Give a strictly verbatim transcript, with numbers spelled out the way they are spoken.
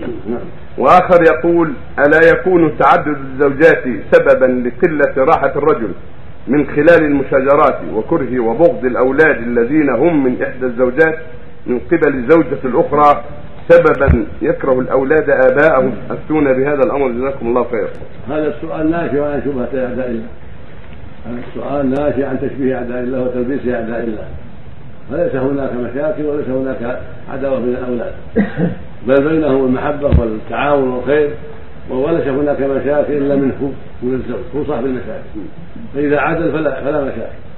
وآخر يقول: ألا يكون تعدد الزوجات سببا لقلة راحة الرجل من خلال المشاجرات وكره وبغض الأولاد الذين هم من إحدى الزوجات من قبل الزوجة الأخرى سببا يكره الأولاد آباءهم؟ أفتونا بهذا الأمر جزاكم الله خير. هذا السؤال ناشئ عن شبهة أعداء الله، هذا السؤال ناشئ عن تشبيه أعداء الله وتلبيس أعداء الله، فليس هناك مشاكل وليس هناك عداوة بين الأولاد، بل بينهم المحبة والتعاون والخير، وليس هناك مشاكل إلا منه من الزوج هو صاحب المشاكل، فإذا عدل فلا, فلا مشاكل.